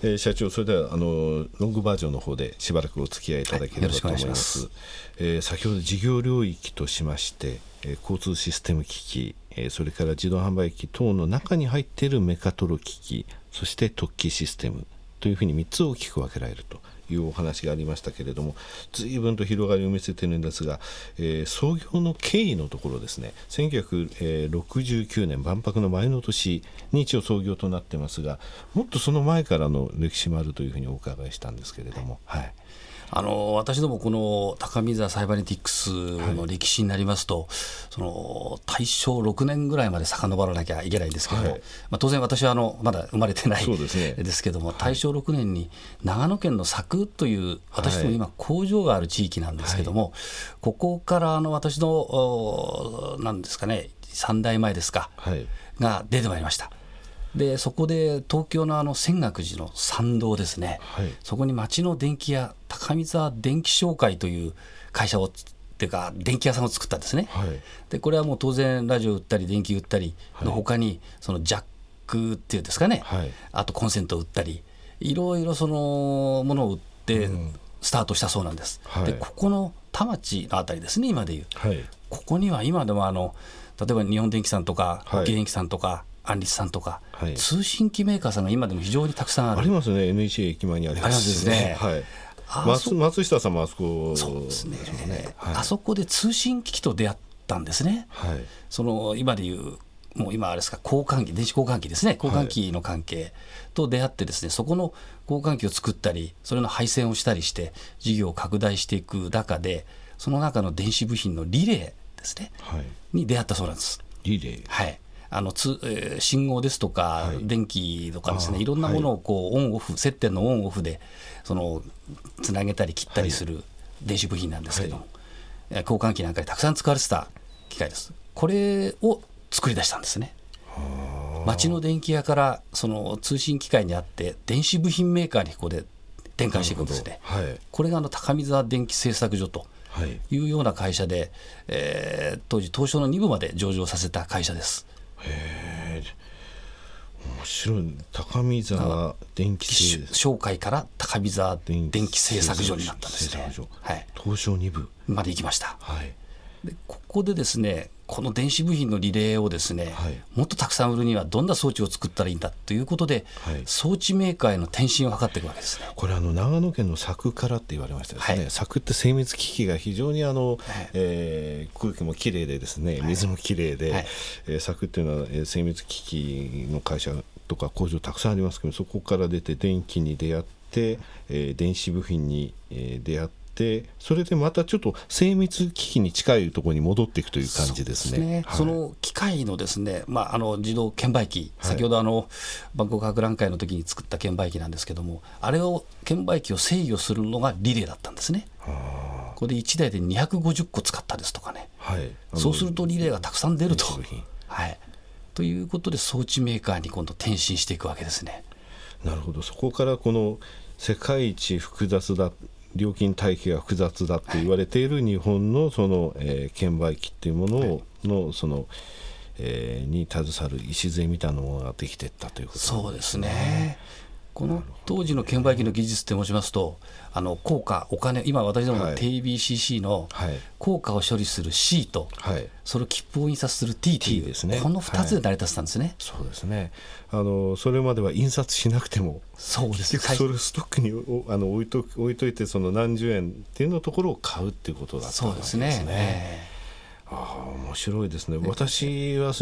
社長、それではロングバージョンの方でしばらくお付き合いいただければと思います。先ほど事業領域としまして、交通システム機器、それから自動販売機等の中に入っているメカトロ機器、そして突起システムというふうに3つ大きく分けられるというお話がありましたけれども、随分と広がりを見せているんですが、創業の経緯のところですね、1969年万博の前の年に一応創業となってますが、もっとその前からの歴史もあるというふうにお伺いしたんですけれども、はい、 私どもこの高見沢サイバネティクスの歴史になりますと、その大正6年ぐらいまで遡らなきゃいけないんですけども、当然私はまだ生まれてないですけども、大正6年に長野県の佐久という私ども今工場がある地域なんですけども、ここから私の何ですかね、3代前ですか、が出てまいりました。でそこで東京の泉岳寺の参道ですね、そこに町の電気屋高見沢電気商会という会社をっていうか電気屋さんを作ったんですね、でこれはもう当然ラジオ売ったり電気売ったりの他に、そのジャックっていうんですかね、あとコンセント売ったりいろいろそのものを売ってスタートしたそうなんです、でここの田町のあたりですね、今でいう、ここには今でも例えば日本電機さんとか沖電機さんとか安立さんとか、通信機メーカーさんが今でも非常にたくさんある。 ありますね、NEC 駅前にありますしね。松下さんもあそこですね。 あそこで通信機器と出会ったんですね。その今でいうもう今あれですか、交換機、電子交換機ですね、交換機の関係と出会ってですね、そこの交換機を作ったりそれの配線をしたりして事業を拡大していく中で、その中の電子部品のリレーですね、に出会ったそうなんです。 リレー、 信号ですとか、電気とかですね、いろんなものをこうオンオフ、接点のオンオフでつなげたり切ったりする電子部品なんですけども、交換機なんかにたくさん使われてた機械です。これを作り出したんですね。町の電気屋からその通信機械にあって電子部品メーカーにここで展開していくんですね。これが高見沢電気製作所というような会社で、当時東証の2部まで上場させた会社です。 面白い。高見沢電気商会から高見沢電気製作所になったんですね。 東証2部まで行きました。でここでですね、この電子部品のリレーをですね、もっとたくさん売るにはどんな装置を作ったらいいんだということで、装置メーカーへの転身を図っていくわけですね。 これ長野県の佐久からって言われましたですね。佐久って精密機器が非常に空気もきれいでですね、水もきれいで、佐久っていうのは精密機器の会社とか工場たくさんありますけど、そこから出て電気に出会って、電子部品に出会って、それでまたちょっと精密機器に近いところに戻っていくという感じですね。 その機械のですね、自動券売機、先ほど万国博覧会の時に作った券売機なんですけども、あれを券売機を制御するのがリレーだったんですね。これで1台で250個使ったですとかね、そうするとリレーがたくさん出ると、ということで装置メーカーに今度転身していくわけですね。 なるほど。そこからこの世界一複雑だ、料金体系が複雑だと言われている日本のその券売機っていうものをのそのに携わる礎みたいなものができていったということですね。 そうですね。この当時の券売機の技術って申しますと、硬貨、お金、今私どもの TBCC の硬貨を処理する C と、それを切符を印刷する T という、この2つで成り立ってたんですね。 そうですね。それまでは印刷しなくても、結局それストックに置いといて、その何十円っていうのところを買うっていうことだったわけですね。そうですね。面白いですね。私は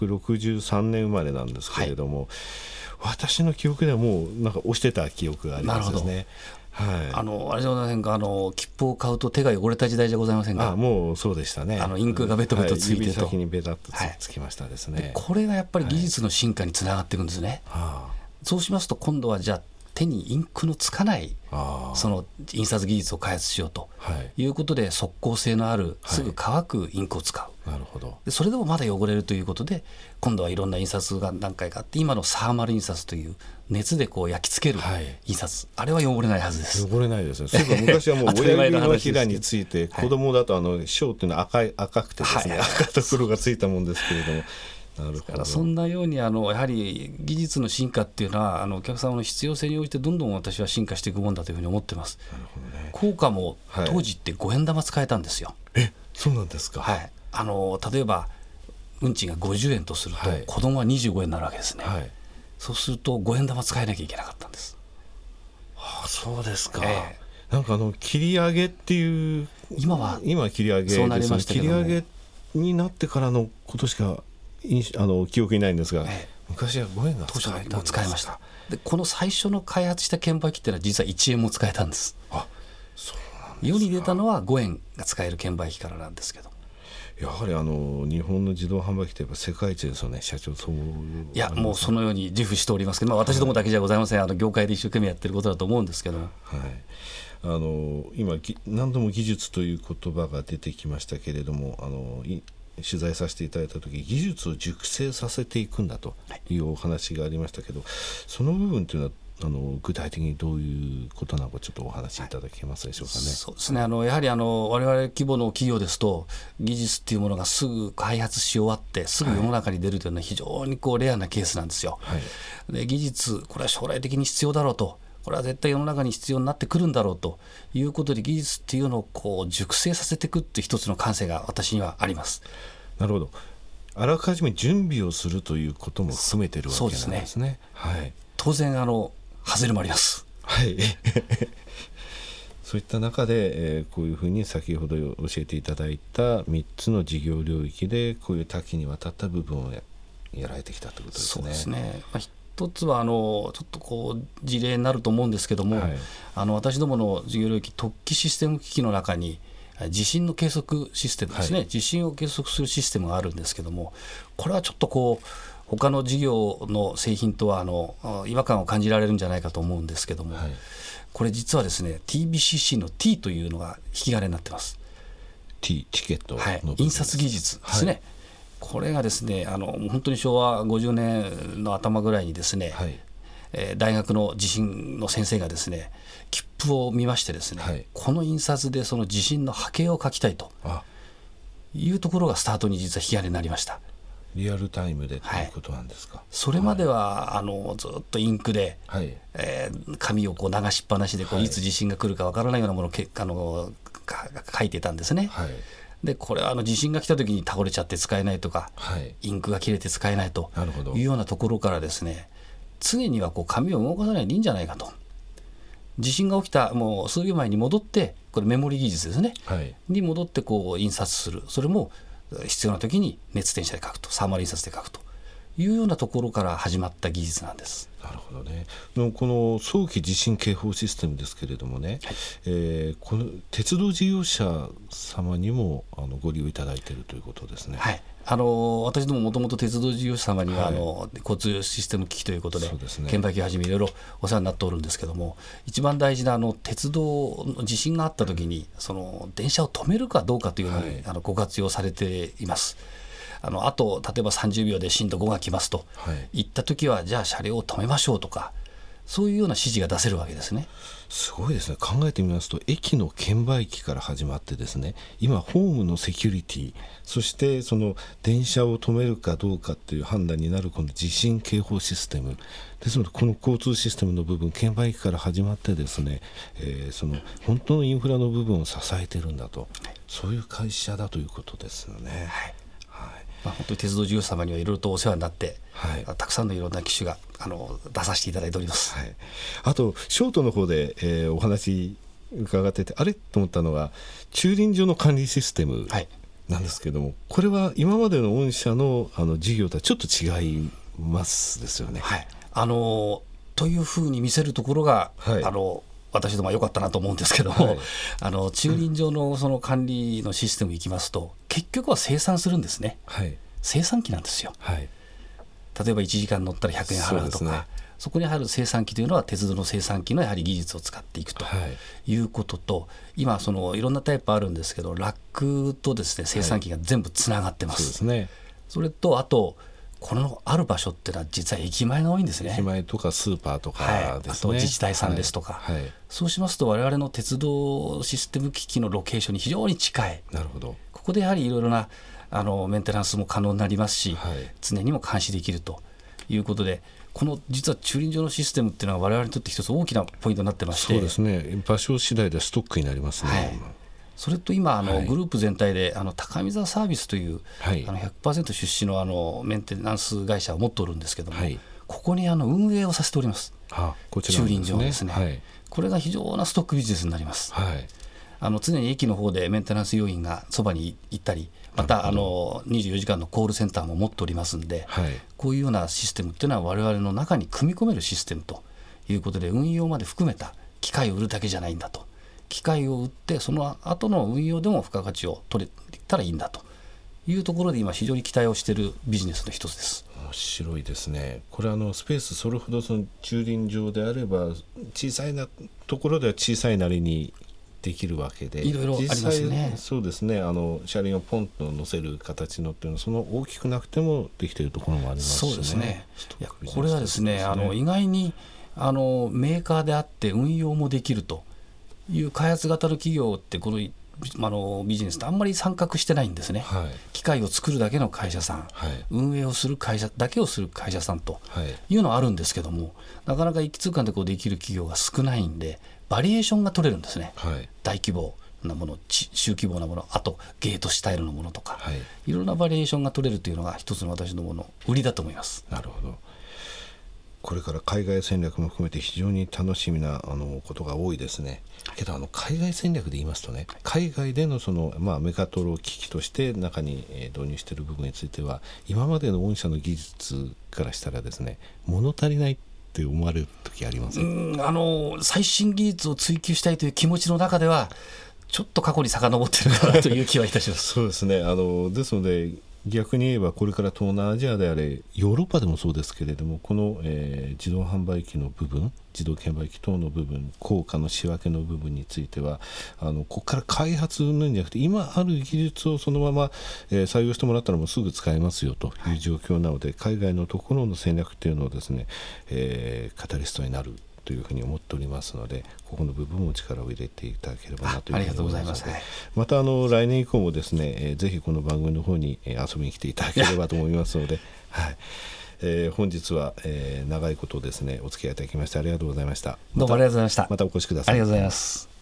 1963年生まれなんですけれども、私の記憶ではもうなんか押してた記憶がありますですね。 あれじゃませんか、切符を買うと手が汚れた時代じゃございませんか。 もうそうでしたね。 インクがベトベトついてと、 指先にベタッとつきましたですね。 これがやっぱり技術の進化につながっていくんですね。そうしますと今度はじゃあ手にインクのつかないその印刷技術を開発しようということで、速効性のあるすぐ乾くインクを使う。 なるほど。 でそれでもまだ汚れるということで、今度はいろんな印刷が何回かあって、今のサーマル印刷という熱でこう焼き付ける印刷、あれは汚れないはずです。 汚れないですね。そういえば昔はもう親指のひらについて、子供だと小っていうのは赤くてですね、赤と黒がついたもんですけれども、 なるほど。 だからそんなようにやはり技術の進化っていうのはお客様の必要性に応じてどんどん私は進化していくもんだというふうに思ってます。 なるほどね。 硬貨も当時って5円玉使えたんですよ。 そうなんですか。 はい、例えば運賃が50円とすると、 はい、 子供は25円になるわけですね。 はい、 そうすると5円玉使えなきゃいけなかったんです。 そうですか。なんか切り上げっていう今切り上げですね。 そうなりましたけども、 切り上げになってからのことしか記憶にないんですが、昔は5円が使えたんですか。 使えました。でこの最初の開発した券売機っていうのは実は1円も使えたんです。 そうなんですか。 世に出たのは5円が使える券売機からなんですけど、 やはり日本の自動販売機ってやっぱ世界一ですよね、社長。そういやもうそのように自負しておりますけど、私どもだけじゃございません。業界で一生懸命やってることだと思うんですけども、 はい、今何度も技術という言葉が出てきましたけれども、取材させていただいた時、技術を熟成させていくんだというお話がありましたけど、その部分というのは具体的にどういうことなのかちょっとお話しいただけますでしょうかね。 そうですね。やはり我々規模の企業ですと、技術っていうものがすぐ開発し終わってすぐ世の中に出るというのは非常にレアなケースなんですよ。はい、で技術、これは将来的に必要だろうと、これは絶対世の中に必要になってくるんだろうということで、技術っていうのを熟成させていくっていう一つの感性が私にはあります。 なるほど。あらかじめ準備をするということも含めているわけなんですね。そうですね。はい、 当然外れもあります。 はいそういった中で、こういうふうに先ほど教えていただいた3つの事業領域でこういう多岐にわたった部分を やられてきたということですね。 そうですね。一つはちょっと事例になると思うんですけども、はい、私どもの事業領域特記システム機器の中に地震の計測システムですね、はい、地震を計測するシステムがあるんですけども、これはちょっと他の事業の製品とは違和感を感じられるんじゃないかと思うんですけども、はい、これ実はですね TBCC の T というのが引き金になってます。 T、チケットの、 はい、印刷技術ですね。はい、これがですね本当に昭和50年の頭ぐらいにですね、はい、大学の地震の先生がですね切符を見ましてですね、はい、この印刷でその地震の波形を書きたいというところがスタートに実は引き金になりました。 リアルタイムでということなんですか。はい、 それまではずっとインクで、はい、紙を流しっぱなしでいつ地震が来るかわからないようなものを書いてたんですね。はい、でこれは地震が来た時に倒れちゃって使えないとか、はい、インクが切れて使えないというようなところからですね、常には紙を動かさないでいいんじゃないかと。地震が起きたもう数秒前に戻って、これメモリ技術ですね、はい、に戻って印刷する。それも必要な時に熱転写で書くと、サーマル印刷で書くというようなところから始まった技術なんです。 なるほどね。この早期地震警報システムですけれどもね、はい、この鉄道事業者様にもご利用いただいているということですね。 はい、私どももともと鉄道事業者様には、はい、交通システム機器ということで券売機をはじめいろいろお世話になっておるんですけども、一番大事な鉄道の地震があった時に電車を止めるかどうかというのに、はい、ご活用されています。あと例えば30秒で震度5が来ますと、はい、言った時はじゃあ車両を止めましょうとか、そういうような指示が出せるわけですね。 すごいですね。考えてみますと、駅の券売機から始まってですね、今ホームのセキュリティ、そしてその電車を止めるかどうかという判断になるこの地震警報システムですので、この交通システムの部分、券売機から始まってですね、その本当のインフラの部分を支えているんだと、はい、そういう会社だということですよね。はいはい、本当に鉄道事業者様にはいろいろとお世話になって、はい、たくさんのいろんな機種が出させていただいております。 はい、あとショートの方で、お話伺ってて、あれと思ったのが駐輪場の管理システムなんですけども、はい、これは今までの御社の事業とはちょっと違いますですよね。 はい、というふうに見せるところが、はい、私どもは良かったなと思うんですけども、はい、駐輪場のその管理のシステムいきますと、結局は生産するんですね。はい、生産機なんですよ。はい、例えば1時間乗ったら100円払うとか、そこに入る生産機というのは鉄道の生産機のやはり技術を使っていくということと、はい、今いろんなタイプあるんですけど、ラックとですね生産機が全部つながってます。はい、そうですね。それとあとこのある場所っていうのは実は駅前が多いんですね。 駅前とかスーパーとかですね。はい、 あと自治体さんですとか、はいはい、そうしますと我々の鉄道システム機器のロケーションに非常に近い。 なるほど。 ここでやはりいろいろなメンテナンスも可能になりますし、 はい、 常にも監視できるということで、この実は駐輪場のシステムっていうのは我々にとって一つ大きなポイントになってまして。 そうですね、場所次第でストックになりますね。 はい、それと今はい、 グループ全体で高見沢サービスという、 はい、 100% 出資のメンテナンス会社を持っておるんですけども、 はい、 ここに運営をさせております。 こちらのですね、 駐輪場ですね、はい、これが非常なストックビジネスになります。 はい、 常に駅の方でメンテナンス要員がそばに行ったり、また24時間のコールセンターも持っておりますんで、 はい、 こういうようなシステムっていうのは我々の中に組み込めるシステムということで、運用まで含めた機械を売るだけじゃないんだと、機械を売ってその後の運用でも付加価値を取れたらいいんだというところで、今非常に期待をしているビジネスの一つです。 面白いですね。これスペースそれほどその駐輪場であれば小さいなところでは小さいなりにできるわけで、 いろいろありますね。 実際そうですね、車輪をポンと乗せる形のっていうのはその大きくなくてもできているところもありますしね。 そうですね。いやこれはですね、意外にメーカーであって運用もできるという開発型の企業ってこのビジネスってあんまり参画してないんですね。 はい、 機械を作るだけの会社さん、 はい、 運営をする会社だけをする会社さんというのはあるんですけども、なかなか一気通貫でできる企業が少ないんで、バリエーションが取れるんですね。 はい、 大規模なもの、中規模なもの、あとゲートスタイルのものとか、 はい、 いろんなバリエーションが取れるというのが一つの私どもの売りだと思います。 なるほど。これから海外戦略も含めて非常に楽しみなことが多いですね。けど海外戦略で言いますとね、海外でのメカトロ機器として中に導入している部分については、今までの御社の技術からしたらですね、物足りないって思われる時ありません？ 最新技術を追求したいという気持ちの中ではちょっと過去に遡っているかなという気はいたしますそうですね。ですので逆に言えば、これから東南アジアであれヨーロッパでもそうですけれども、この、自動販売機の部分、自動券売機等の部分、効果の仕分けの部分についてはここから開発云々じゃなくて、今ある技術をそのまま、採用してもらったらもうすぐ使えますよという状況なので、海外のところの戦略というのをですね、カタリストになるというふうに思っておりますので、ここの部分も力を入れていただければなというふうに思いますので、また来年以降もですね、ぜひこの番組の方に遊びに来ていただければと思いますので、はい、本日は、長いことですねお付き合いいただきましてありがとうございました。 どうもありがとうございました。 またお越しください。 ありがとうございます。